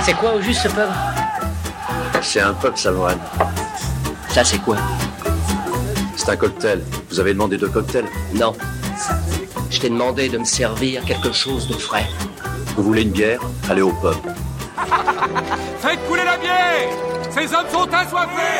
C'est quoi au juste ce pub? C'est un pub, Savoine. Ça c'est quoi? C'est un cocktail. Vous avez demandé 2 cocktails? Non. Je t'ai demandé de me servir quelque chose de frais. Vous voulez une bière? Allez au pub. Faites couler la bière! Ces hommes sont assoiffés!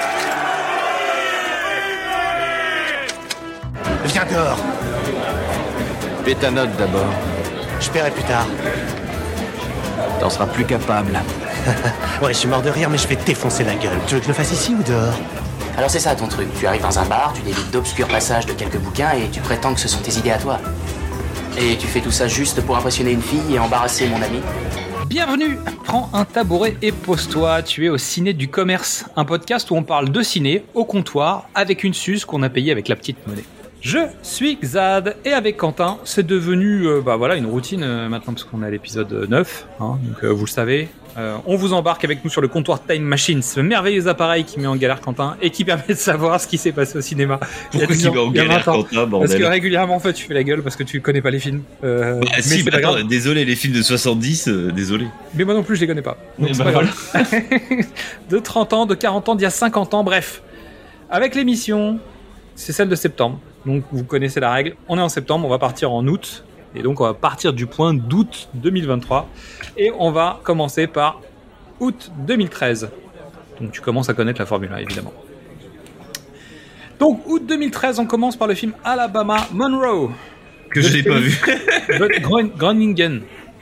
Viens dehors. Fais ta note d'abord. Je paierai plus tard. T'en seras plus capable. Ouais, je suis mort de rire, mais je vais te défoncer la gueule. Tu veux que je le fasse ici ou dehors? Alors c'est ça ton truc, tu arrives dans un bar, tu délites d'obscurs passages de quelques bouquins et tu prétends que ce sont tes idées à toi. Et tu fais tout ça juste pour impressionner une fille et embarrasser mon ami? Bienvenue, prends un tabouret et pose-toi, tu es au Ciné du Commerce, un podcast où on parle de ciné au comptoir avec une suze qu'on a payée avec la petite monnaie. Je suis Xad et avec Quentin, c'est devenu une routine maintenant parce qu'on est à l'épisode 9, donc vous le savez. On vous embarque avec nous sur le comptoir Time Machine, ce merveilleux appareil qui met en galère Quentin et qui permet de savoir ce qui s'est passé au cinéma. Pourquoi tu mets en galère Quentin, bordel? Parce que régulièrement en fait tu fais la gueule parce que tu connais pas les films. Attends, désolé, les films de 70, désolé. Mais moi non plus je les connais pas. Donc c'est pas grave. De 30 ans, de 40 ans, d'il y a 50 ans, bref. Avec l'émission, c'est celle de septembre. Donc vous connaissez la règle, on est en septembre, on va partir en août. Et donc on va partir du point d'août 2023. Et on va commencer par août 2013. Donc tu commences à connaître la Formule 1 évidemment. Donc août 2013, on commence par le film Alabama Monroe. Que je n'ai pas vu. Groningen.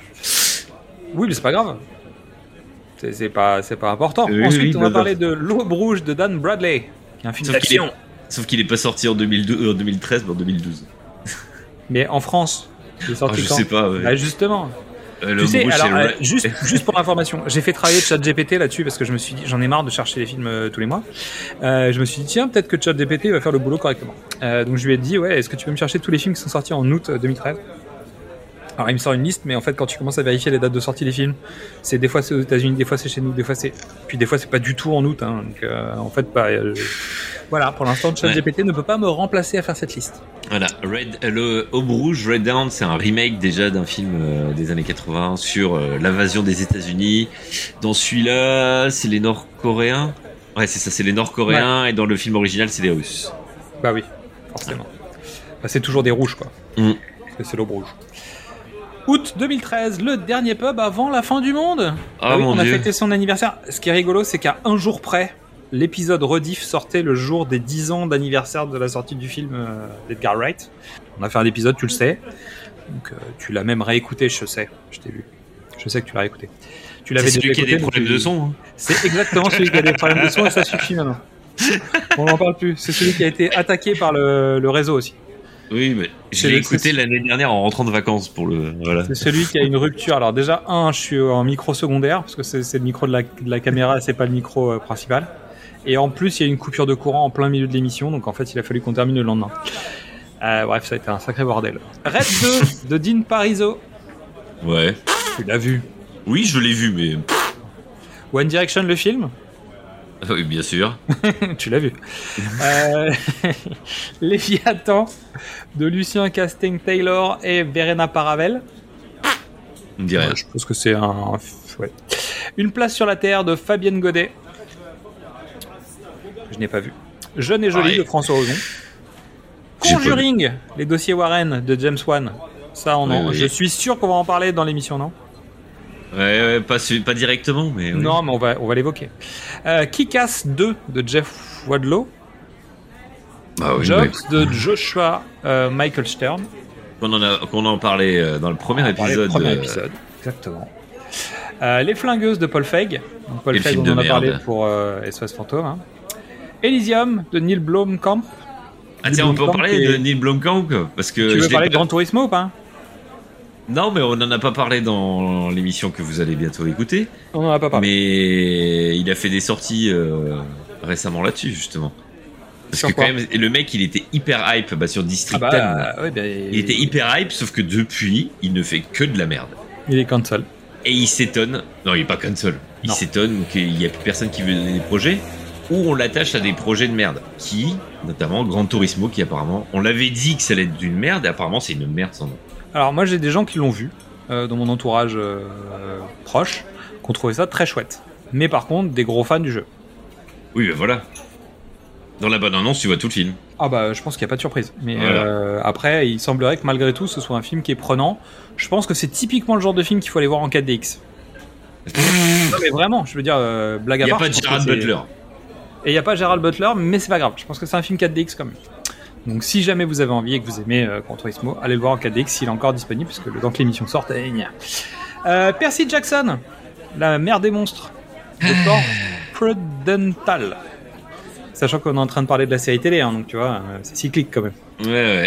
Oui mais c'est pas grave. C'est pas important. Oui, Ensuite oui, on va parler de L'Aube rouge de Dan Bradley. Qui est un film d'action. Sauf qu'il n'est pas sorti en 2013 mais en 2012. Mais en France, il est sorti je quand? sais pas. Ouais. Bah justement. Tu sais, alors, juste pour l'information, j'ai fait travailler ChatGPT là-dessus parce que je me suis dit, j'en ai marre de chercher les films tous les mois. Je me suis dit, tiens, peut-être que ChatGPT va faire le boulot correctement. Donc je lui ai dit, ouais, est-ce que tu peux me chercher tous les films qui sont sortis en août 2013? Alors il me sort une liste, mais en fait quand tu commences à vérifier les dates de sortie des films, c'est des fois c'est aux États-Unis, des fois c'est chez nous, des fois c'est pas du tout en août. Donc en fait voilà, pour l'instant ChatGPT ne peut pas me remplacer à faire cette liste. Voilà, le Aube rouge, Red Dawn, c'est un remake déjà d'un film des années 80 sur l'invasion des États-Unis. Dans celui-là, c'est les Nord-Coréens. Ouais, c'est ça, c'est les Nord-Coréens, ouais. Et dans le film original, c'est les Russes. Bah oui, forcément. Bah, c'est toujours des rouges quoi. Parce que c'est l'Aube rouge. Août 2013, le dernier pub avant la fin du monde. Ah oui, on a Dieu. fêté son anniversaire. Ce qui est rigolo, c'est qu'à un jour près, l'épisode rediff sortait le jour des 10 ans d'anniversaire de la sortie du film d'Edgar Wright. On a fait un épisode, tu le sais. Donc tu l'as même réécouté, je sais. Je t'ai vu. Je sais que tu l'as réécouté. Tu l'avais c'est celui déjà qui a écouté, des problèmes de son. Hein. C'est exactement celui qui a des problèmes de son et ça suffit maintenant. On n'en parle plus. C'est celui qui a été attaqué par le réseau aussi. Oui, mais je l'ai écouté l'année dernière en rentrant de vacances pour le. Voilà. C'est celui qui a une rupture. Alors déjà, je suis en micro secondaire parce que c'est le micro de la caméra, c'est pas le micro principal. Et en plus, il y a une coupure de courant en plein milieu de l'émission, donc en fait, il a fallu qu'on termine le lendemain. Bref, ça a été un sacré bordel. Red 2 de Dean Parizeau. Ouais. Tu l'as vu? Oui, je l'ai vu, mais. One Direction, le film? Oui, bien sûr. Tu l'as vu. Léviathan de Lucien Casting-Taylor et Verena Paravel. On dirait. Je pense que c'est un. Ouais. Une place sur la terre de Fabienne Godet. Je n'ai pas vu. Jeune et jolie de François Ozon. Conjuring, les dossiers Warren de James Wan. Ça, je suis sûr qu'on va en parler dans l'émission, non? Ouais, pas directement, mais. Oui. Non, mais on va l'évoquer. Kick-Ass 2 de Jeff Wadlow. Ah oui, Jobs de Joshua Michael Stern. Qu'on en parlait dans le premier épisode. Exactement. Les Flingueuses de Paul Feig. Donc Paul Feig, on en a parlé pour SOS Fantôme. Hein. Elysium de Neil Blomkamp. Ah tiens, on peut en parler de Neil Blomkamp parce que. Tu veux parler de Gran Turismo ou pas? Non, mais on n'en a pas parlé dans l'émission que vous allez bientôt écouter. On n'en a pas parlé. Mais il a fait des sorties récemment là-dessus, justement. Parce que quand même, le mec, il était hyper hype sur District 10. Ouais, il était hyper hype, sauf que depuis, il ne fait que de la merde. Il est cancel. Et il s'étonne. Non, il est pas cancel. Il s'étonne qu'il n'y a plus personne qui veut des projets. Ou on l'attache à des projets de merde. Qui, notamment Gran Turismo, qui apparemment, on l'avait dit que ça allait être d'une merde, et apparemment, c'est une merde sans nom. Alors moi j'ai des gens qui l'ont vu dans mon entourage proche. qu'on trouvait ça très chouette. Mais par contre, des gros fans du jeu. Oui, ben voilà. Dans la bande-annonce, tu vois tout le film. Ah bah, je pense qu'il n'y a pas de surprise. Mais après, il semblerait que malgré tout, ce soit un film qui est prenant. Je pense que c'est typiquement le genre de film qu'il faut aller voir en 4DX. Non mais vraiment, je veux dire, blague à part. Il n'y a pas de Gerard Butler. Et il n'y a pas Gerard Butler, mais c'est pas grave. Je pense que c'est un film 4DX quand même. Donc si jamais vous avez envie et que vous aimez Gran Turismo, allez le voir en 4DX s'il est encore disponible, parce que le temps que l'émission sorte, Percy Jackson, la mère des monstres, Dr. Prudental. Sachant qu'on est en train de parler de la série télé, hein, donc tu vois, c'est cyclique quand même. Ouais.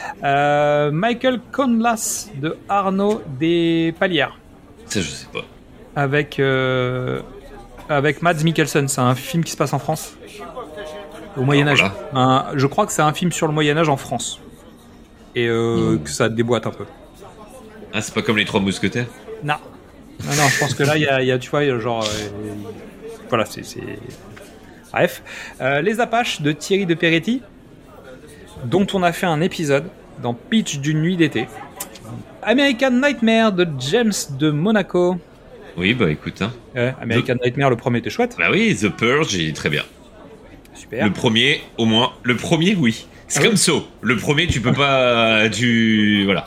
Michael Conlas de Arnaud des Palières. Ça, je sais pas. Avec Mads Mikkelsen, c'est un film qui se passe en France. Au Moyen-Âge. Voilà. Je crois que c'est un film sur le Moyen-Âge en France. Et que ça déboîte un peu. Ah, c'est pas comme les 3 mousquetaires? Non, je pense que là, il y a tu vois, genre... voilà, c'est... Bref. Les Apaches de Thierry de Peretti, dont on a fait un épisode dans Pitch d'une nuit d'été. American Nightmare de James de Monaco. Oui, bah écoute. Hein. American Nightmare, le premier était chouette. Bah oui, The Purge, il est très bien. Super. Le premier, au moins. Le premier, oui. C'est comme ça. Le premier, tu peux pas... Voilà.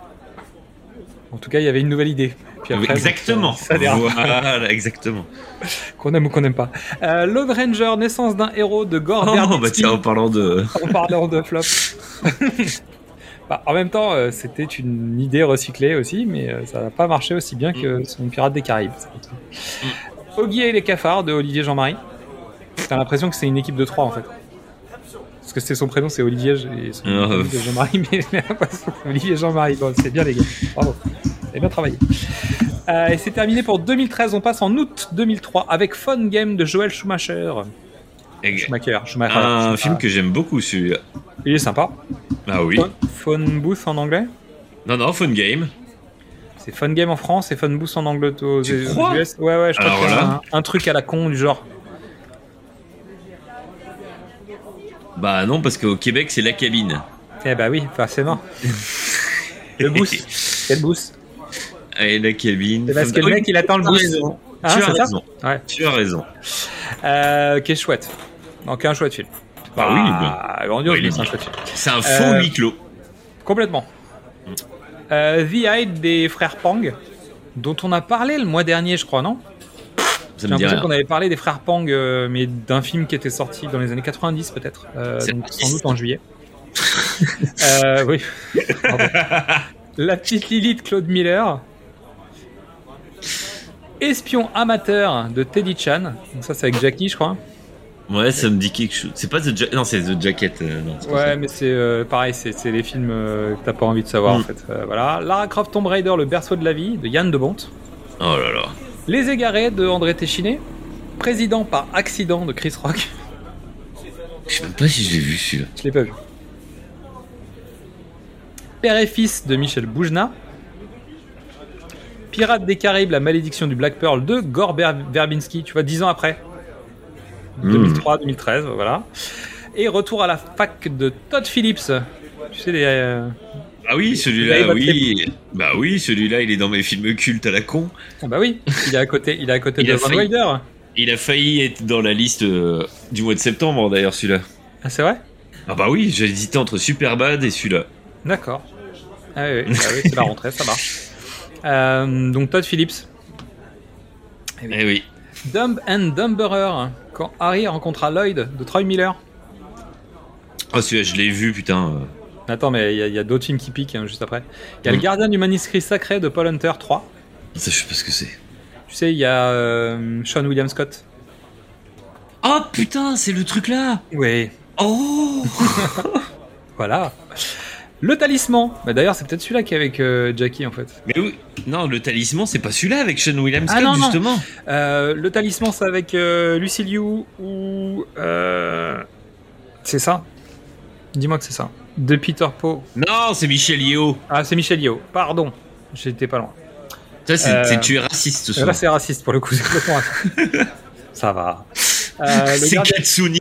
En tout cas, il y avait une nouvelle idée. Puis après, exactement. Ça voilà, exactement. Qu'on aime ou qu'on n'aime pas. Lone Ranger, naissance d'un héros de Gore Verbinski. Bah tiens, en parlant de flop. Bah, en même temps, c'était une idée recyclée aussi, mais ça n'a pas marché aussi bien que son Pirate des Caraïbes. Oggy et les cafards de Olivier Jean-Marie. T'as l'impression que c'est une équipe de 3 en fait. Parce que c'est son prénom, c'est Olivier et son nom c'est Jean-Marie, mais j'ai l'impression que c'est Olivier Jean-Marie. Bon, c'est bien les gars, bravo. Vous avez bien travaillé. Et c'est terminé pour 2013, on passe en août 2003 avec Fun Game de Joel Schumacher. Schumacher. Un film que j'aime beaucoup, celui-là. Il est sympa. Ah oui. Phone Booth en anglais? Non, Fun Game. C'est Fun Game en France et Fun Booth en Angleterre aux US. Ouais, je crois qu'il y a un truc à la con du genre. Bah non, parce qu'au Québec, c'est la cabine. Eh bah oui, forcément. Le boost. Quel boost? Et la cabine. C'est parce que le mec, il attend le boost. Tu as raison. Ouais. Tu as raison. Qui est chouette. Donc un chouette film. Bah oui, grandiose, mais c'est un chouette film. C'est un faux huis clos. Complètement. The Hide des frères Pang, dont on a parlé le mois dernier, je crois, non? J'ai l'impression qu'on avait parlé des frères Pang, mais d'un film qui était sorti dans les années 90 peut-être, donc sans doute en juillet. Oui. La petite Lily de Claude Miller. Espion amateur de Teddy Chan. Donc ça c'est avec Jackie, je crois. Ouais, ça me dit quelque chose. C'est pas non, c'est The Jacket. Non, c'est ouais, mais c'est pareil, c'est les films que t'as pas envie de savoir en fait. Voilà. Lara Croft Tomb Raider, le berceau de la vie de Yann de Bonte. Oh là là. Les Égarés de André Téchiné. Président par accident de Chris Rock. Je sais même pas si je l'ai vu celui-là. Je l'ai pas vu. Père et fils de Michel Boujna. Pirates des Caraïbes, la malédiction du Black Pearl de Gore Verbinski, tu vois, 10 ans après. 2003-2013, voilà. Et retour à la fac de Todd Phillips. Tu sais, les... Ah oui, celui-là, oui. Bah oui, celui-là, il est dans mes films cultes à la con. Ah bah oui, il est à côté de Van Wilder. Il a failli être dans la liste du mois de septembre, d'ailleurs, celui-là. Ah, c'est vrai? Ah bah oui, j'ai hésité entre Superbad et celui-là. D'accord. Ah oui, c'est la rentrée, ça marche. Donc Todd Phillips. Eh oui. Dumb and Dumberer, quand Harry rencontra Lloyd de Troy Miller. Oh celui-là je l'ai vu putain. Attends mais il y a d'autres films qui piquent juste après. Il y a Le Gardien du Manuscrit Sacré de Paul Hunter 3. Ça je sais pas ce que c'est. Tu sais il y a Sean William Scott. Oh putain c'est le truc là. Oui. Oh. Voilà. Le Talisman. Bah d'ailleurs, c'est peut-être celui-là qui est avec Jackie en fait. Mais oui. Non, Le Talisman, c'est pas celui-là avec Sean William Scott justement. Le Talisman, c'est avec Lucy Liu ou c'est ça. Dis-moi que c'est ça. De Peter Pau. Non, c'est Michel Yeo. Ah, c'est Michel Yeo. Pardon, j'étais pas loin. Ça, tu es raciste. Ce soir. Là, c'est raciste pour le coup. C'est complètement raciste. Ça va. C'est Katsuni.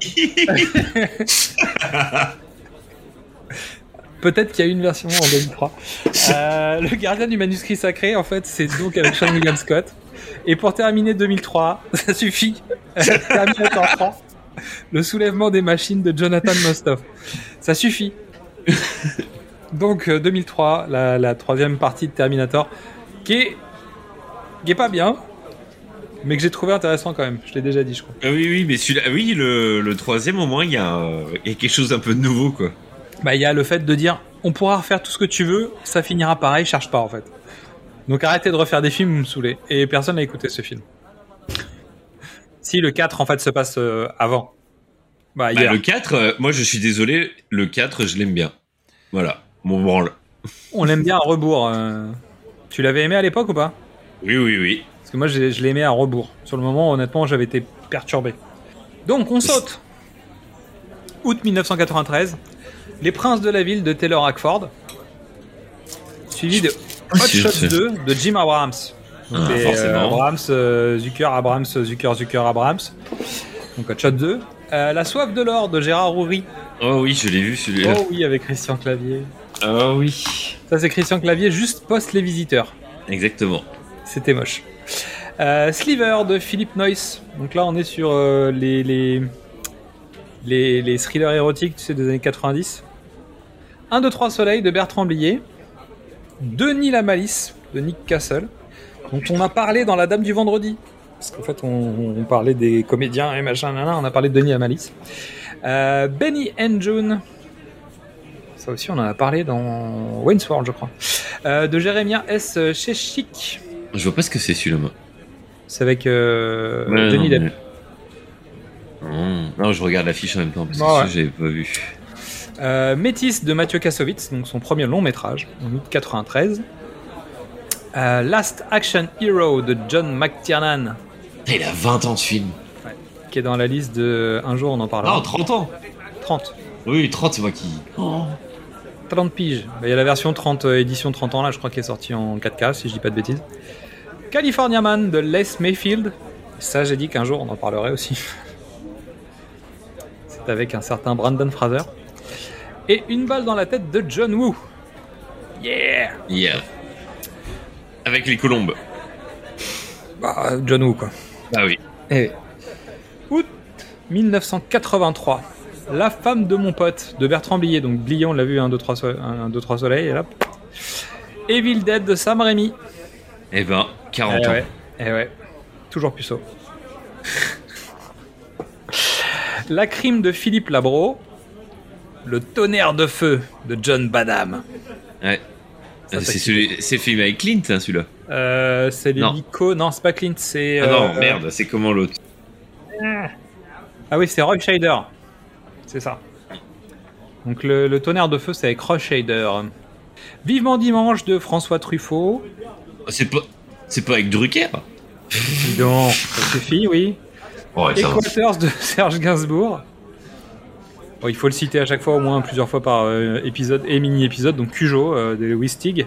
Peut-être qu'il y a une version en 2003. Le Gardien du Manuscrit Sacré, en fait, c'est donc avec Sean William Scott. Et pour terminer 2003, ça suffit. Terminator 3, le soulèvement des machines de Jonathan Mostow. Ça suffit. Donc 2003, la troisième partie de Terminator, qui est pas bien, mais que j'ai trouvé intéressant quand même. Je l'ai déjà dit, je crois. Oui, mais celui-là, oui, le troisième au moins, il y a quelque chose d'un peu de nouveau, quoi. Bah, il y a le fait de dire, on pourra refaire tout ce que tu veux, ça finira pareil, cherche pas en fait. Donc arrêtez de refaire des films, vous me saoulez. Et personne n'a écouté ce film. Si, le 4 en fait se passe avant. Le 4, moi je suis désolé, le 4 je l'aime bien. Voilà, mon branle. On l'aime bien à rebours. Tu l'avais aimé à l'époque ou pas ? Oui. Parce que moi je l'ai aimé à rebours. Sur le moment, honnêtement, j'avais été perturbé. Donc on saute. Août 1993. Les Princes de la Ville de Taylor Hackford. Suivi de Hot Shots 2 de Jim Abrams. Donc Abrams, Zucker, Abrams. Donc Hot Shots 2. La Soif de l'or de Gérard Roury. Oh oui, je l'ai vu celui-là. Oh oui, avec Christian Clavier. Oh oui. Ça c'est Christian Clavier juste post Les Visiteurs. Exactement. C'était moche. Sliver de Philippe Noyce. Donc là on est sur les thrillers érotiques, tu sais, des années 90. 1, 2, 3 Soleil de Bertrand Blier. Denis la Malice de Nick Castle. Donc on a parlé dans La Dame du Vendredi. Parce qu'en fait on parlait des comédiens et machin, on a parlé de Denis la Malice. Benny and June. Ça aussi on en a parlé dans Wayne's World, je crois. De Jérémia S. Chechik. Je vois pas ce que c'est celui-là, moi. C'est avec Denis Depp. Non, je regarde l'affiche en même temps parce que j'avais pas vu. Métis de Mathieu Kassovitz, donc son premier long métrage en août 93. Last Action Hero de John McTiernan. Il a 20 ans ce film. Ouais, qui est dans la liste de Un jour on en parlera. Non, 30 ans. 30. Oui, 30 c'est moi qui... 30 piges. Il y a la version 30, édition 30 ans là, je crois, qui est sortie en 4K si je dis pas de bêtises. California Man de Les Mayfield. Ça j'ai dit qu'un jour on en parlerait aussi. C'est avec un certain Brandon Fraser. Et Une balle dans la tête de John Woo. Yeah. Avec les colombes. Bah, John Woo, quoi. Ah oui. Et août 1983. La femme de mon pote de Bertrand Blier. Donc Blier, on l'a vu, 1, 2, 3 Soleil. Et là. Evil Dead de Sam Raimi. 40 ans. Ouais. Toujours puceau. La crime de Philippe Labro. Le tonnerre de feu de John Badham. Ouais. C'est le film avec Clint, hein, celui-là. C'est l'hélico. Non, c'est pas Clint, c'est. Ah non, merde, c'est comment l'autre? Ah oui, c'est Roy Scheider. C'est ça. Donc le tonnerre de feu, c'est avec Roy Scheider. Vivement dimanche de François Truffaut. C'est pas avec Drucker? Dis donc, ça suffit, oui. Equators de Serge Gainsbourg. Bon, il faut le citer à chaque fois, au moins plusieurs fois par épisode et mini-épisode. Donc Cujo de Louis Stig,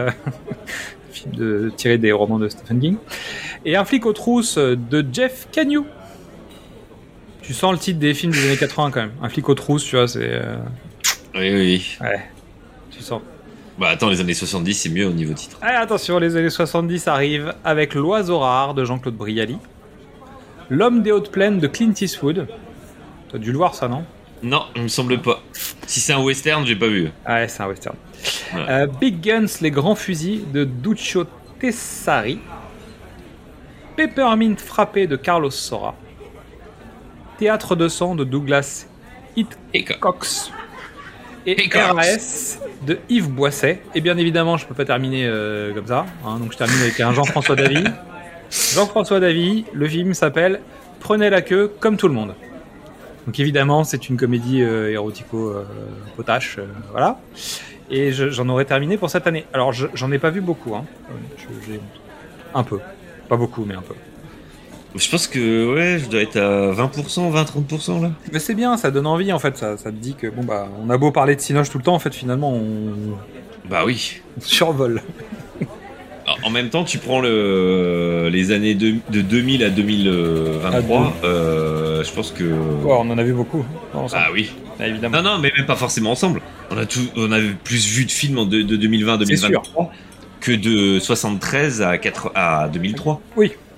film tiré des romans de Stephen King. Et Un flic aux trousses de Jeff Cagnou. Tu sens le titre des films des années 80 quand même. Un flic aux trousses, tu vois, c'est... Oui. Ouais, tu sens. Bah attends, les années 70, c'est mieux au niveau titre. Allez, attention, les années 70 arrivent avec L'oiseau rare de Jean-Claude Brialy. L'homme des hautes plaines de Clint Eastwood. T'as dû le voir, ça, non? Non, il me semble pas. Si c'est un western, j'ai pas vu. Ouais, c'est un western. Ouais. Big Guns, les grands fusils de Duccio Tessari. Peppermint frappé de Carlos Saura. Théâtre de sang de Douglas Hitchcock. Et RAS de Yves Boisset. Et bien évidemment, je peux pas terminer comme ça. Donc je termine avec un Jean-François Davy. Jean-François Davy, le film s'appelle Prenez la queue comme tout le monde. Donc évidemment, c'est une comédie érotico-potache, voilà. Et j'en aurais terminé pour cette année. Alors, j'en ai pas vu beaucoup, hein. J'ai un peu. Pas beaucoup, mais un peu. Je pense que, ouais, je dois être à 20%, 20-30% là. Mais c'est bien, ça donne envie, en fait. Ça te dit que, bon, bah, on a beau parler de Cinoche tout le temps, en fait, finalement, on... Bah oui. On survole. Alors, en même temps, tu prends les années de 2000 à 2023, je pense que... Oh, on en a vu beaucoup. Ah oui. Ah, évidemment. Non, mais même pas forcément ensemble. On a plus vu de films de 2020 à 2023 que de 73 à 2003. Oui,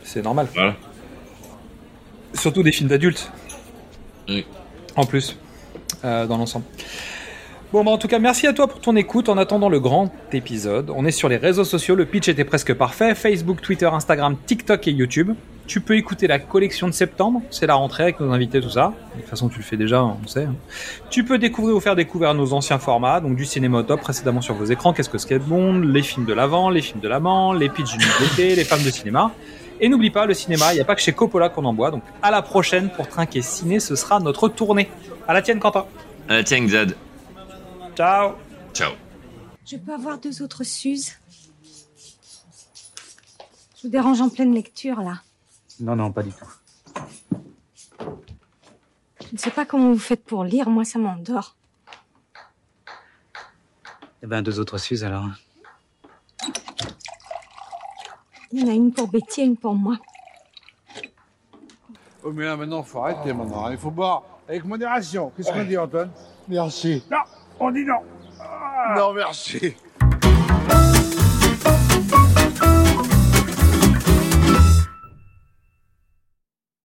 C'est normal. Voilà. Surtout des films d'adultes. Oui. En plus, dans l'ensemble. Bon, bah en tout cas, merci à toi pour ton écoute. En attendant le grand épisode, on est sur les réseaux sociaux. Le pitch était presque parfait. Facebook, Twitter, Instagram, TikTok et YouTube. Tu peux écouter la collection de septembre. C'est la rentrée avec nos invités, tout ça. De toute façon, tu le fais déjà, on sait. Tu peux découvrir ou faire découvrir nos anciens formats. Donc du cinéma au top précédemment sur vos écrans. Qu'est-ce que Skate Bond, les films de l'avant, les films de l'amant, les pitchs du d'été, les femmes de cinéma. Et n'oublie pas, le cinéma, il n'y a pas que chez Coppola qu'on en boit. Donc à la prochaine pour Trinquer Ciné, ce sera notre tournée. À la tienne, Quentin. À la tienne, Xad. Ciao. Ciao. Je peux avoir 2 autres Suzes? Je vous dérange en pleine lecture, là. Non, pas du tout. Je ne sais pas comment vous faites pour lire, moi ça m'endort. Eh ben, 2 autres Suzes, alors. Il y en a une pour Betty et une pour moi. Oh, mais là, maintenant, il faut arrêter, maintenant. Il faut boire avec modération. Qu'est-ce qu'on dit, Antoine? Merci. Non, on dit non. Ah. Non, merci.